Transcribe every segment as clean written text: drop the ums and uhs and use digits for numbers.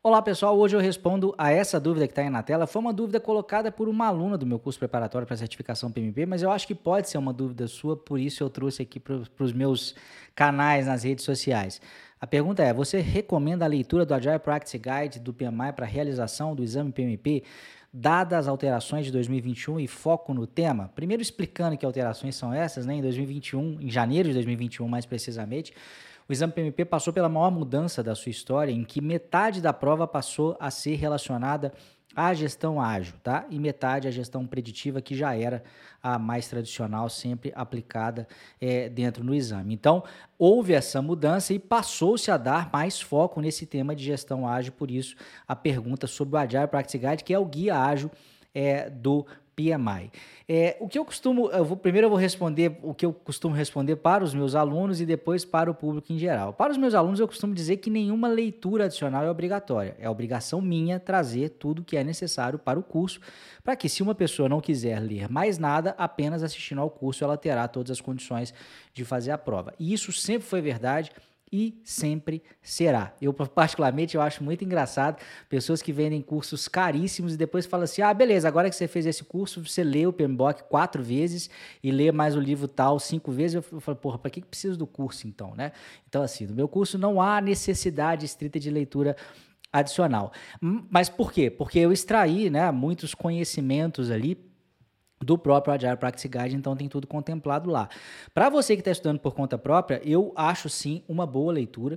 Olá pessoal, hoje eu respondo a essa dúvida que está aí na tela. Foi uma dúvida colocada por uma aluna do meu curso preparatório para certificação PMP, mas eu acho que pode ser uma dúvida sua, por isso eu trouxe aqui para os meus canais nas redes sociais. A pergunta é: você recomenda a leitura do Agile Practice Guide do PMI para a realização do exame PMP, dadas as alterações de 2021 e foco no tema? Primeiro explicando que alterações são essas, né? Em 2021, em janeiro de 2021 mais precisamente, o exame PMP passou pela maior mudança da sua história, em que metade da prova passou a ser relacionada à gestão ágil, tá? E metade à gestão preditiva, que já era a mais tradicional, sempre aplicada dentro do exame. Então, houve essa mudança e passou-se a dar mais foco nesse tema de gestão ágil, por isso a pergunta sobre o Agile Practice Guide, que é o guia ágil do PMI. Primeiro eu vou responder o que eu costumo responder para os meus alunos e depois para o público em geral. Para os meus alunos eu costumo dizer que nenhuma leitura adicional é obrigatória. É obrigação minha trazer tudo que é necessário para o curso, para que se uma pessoa não quiser ler mais nada, apenas assistindo ao curso ela terá todas as condições de fazer a prova. E isso sempre foi verdade e sempre será. Eu, particularmente, eu acho muito engraçado pessoas que vendem cursos caríssimos e depois falam assim: ah, beleza, agora que você fez esse curso, você lê o PMBOK 4 vezes e lê mais o livro tal 5 vezes. Eu falo, porra, para que precisa do curso então, né? Então, assim, no meu curso não há necessidade estrita de leitura adicional. Mas por quê? Porque eu extraí, né, muitos conhecimentos ali do próprio Agile Practice Guide, então tem tudo contemplado lá. Para você que está estudando por conta própria, eu acho sim uma boa leitura,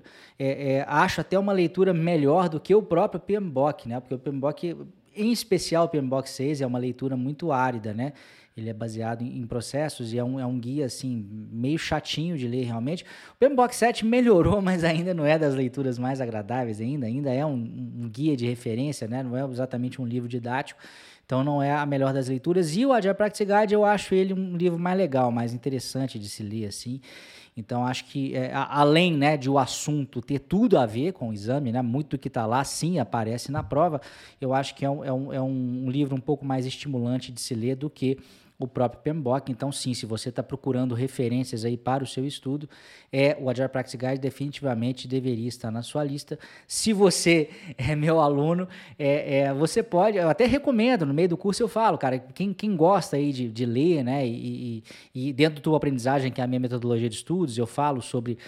acho até uma leitura melhor do que o próprio PMBOK, né? Porque o PMBOK, em especial o PMBOK 6, é uma leitura muito árida, né? Ele é baseado em processos e é um guia, assim, meio chatinho de ler realmente. O PMBOK 7 melhorou, mas ainda não é das leituras mais agradáveis ainda é um guia de referência, né? Não é exatamente um livro didático. Então não é a melhor das leituras. E o Agile Practice Guide eu acho ele um livro mais legal, mais interessante de se ler assim. Então acho que além, né, de o assunto ter tudo a ver com o exame, né, muito do que está lá sim aparece na prova, eu acho que é um livro um pouco mais estimulante de se ler do que o próprio PMBOK. Então sim, se você está procurando referências aí para o seu estudo, o Agile Practice Guide definitivamente deveria estar na sua lista. Se você é meu aluno, você pode, eu até recomendo, no meio do curso eu falo, cara, quem gosta aí de ler, né, e dentro da tua aprendizagem, que é a minha metodologia de estudos, eu falo sobre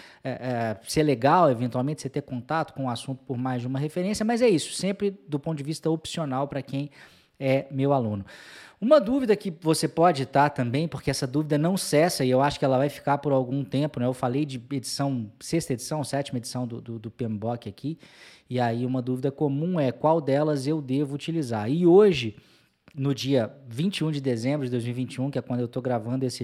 ser legal, eventualmente, você ter contato com o assunto por mais de uma referência, mas é isso, sempre do ponto de vista opcional para quem é meu aluno. Uma dúvida que você pode estar também, porque essa dúvida não cessa e eu acho que ela vai ficar por algum tempo, né? Eu falei de sexta edição, sétima edição do PMBOK aqui, e aí uma dúvida comum é qual delas eu devo utilizar. E hoje, no dia 21 de dezembro de 2021, que é quando eu estou gravando esse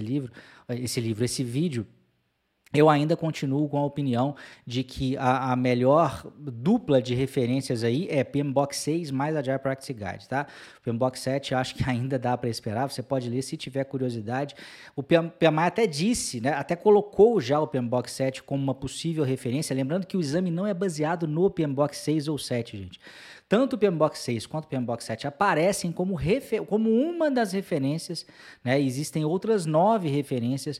vídeo, eu ainda continuo com a opinião de que a melhor dupla de referências aí é PMBOK 6 mais Agile Practice Guide, tá? O PMBOK 7 eu acho que ainda dá para esperar, você pode ler se tiver curiosidade. O PMI até disse, né, até colocou já o PMBOK 7 como uma possível referência, lembrando que o exame não é baseado no PMBOK 6 ou 7, gente. Tanto o PMBOK 6 quanto o PMBOK 7 aparecem como uma das referências, né? Existem outras 9 referências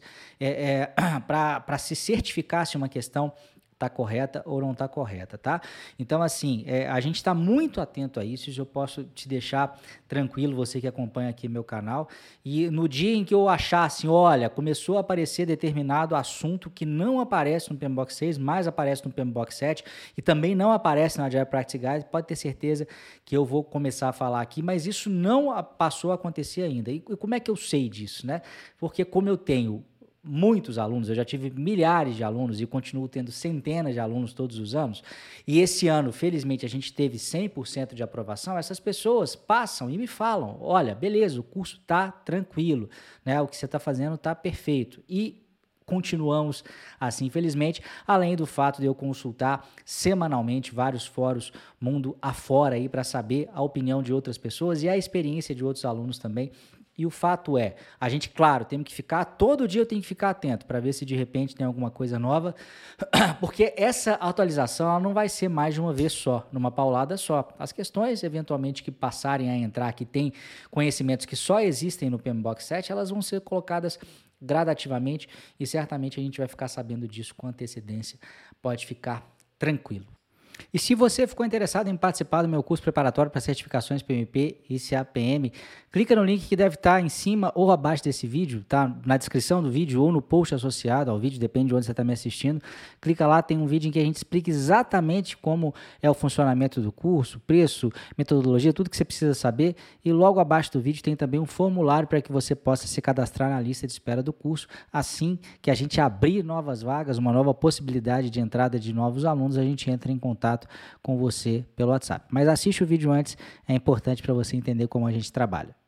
para se certificar se uma questão está correta ou não está correta, tá? Então, assim, a gente está muito atento a isso, eu posso te deixar tranquilo, você que acompanha aqui meu canal, e no dia em que eu achar assim, olha, começou a aparecer determinado assunto que não aparece no PMBOK 6, mas aparece no PMBOK 7, e também não aparece no Agile Practice Guide, pode ter certeza que eu vou começar a falar aqui, mas isso não passou a acontecer ainda. E como é que eu sei disso, né? Porque como eu tenho muitos alunos, eu já tive milhares de alunos e continuo tendo centenas de alunos todos os anos, e esse ano, felizmente, a gente teve 100% de aprovação, essas pessoas passam e me falam, olha, beleza, o curso está tranquilo, né? O que você está fazendo está perfeito, e continuamos assim, infelizmente, além do fato de eu consultar semanalmente vários fóruns mundo afora aí para saber a opinião de outras pessoas e a experiência de outros alunos também. E o fato é, a gente, claro, todo dia eu tenho que ficar atento para ver se de repente tem alguma coisa nova, porque essa atualização ela não vai ser mais de uma vez só, numa paulada só. As questões, eventualmente, que passarem a entrar, que tem conhecimentos que só existem no PMBOK 7, elas vão ser colocadas gradativamente e certamente a gente vai ficar sabendo disso com antecedência, pode ficar tranquilo. E se você ficou interessado em participar do meu curso preparatório para certificações PMP e CAPM, clica no link que deve estar em cima ou abaixo desse vídeo, tá? Na descrição do vídeo ou no post associado ao vídeo, depende de onde você está me assistindo. Clica lá, tem um vídeo em que a gente explica exatamente como é o funcionamento do curso, preço, metodologia, tudo que você precisa saber. E logo abaixo do vídeo tem também um formulário para que você possa se cadastrar na lista de espera do curso. Assim que a gente abrir novas vagas, uma nova possibilidade de entrada de novos alunos, a gente entra em contato com você pelo WhatsApp. Mas assiste o vídeo antes, é importante para você entender como a gente trabalha.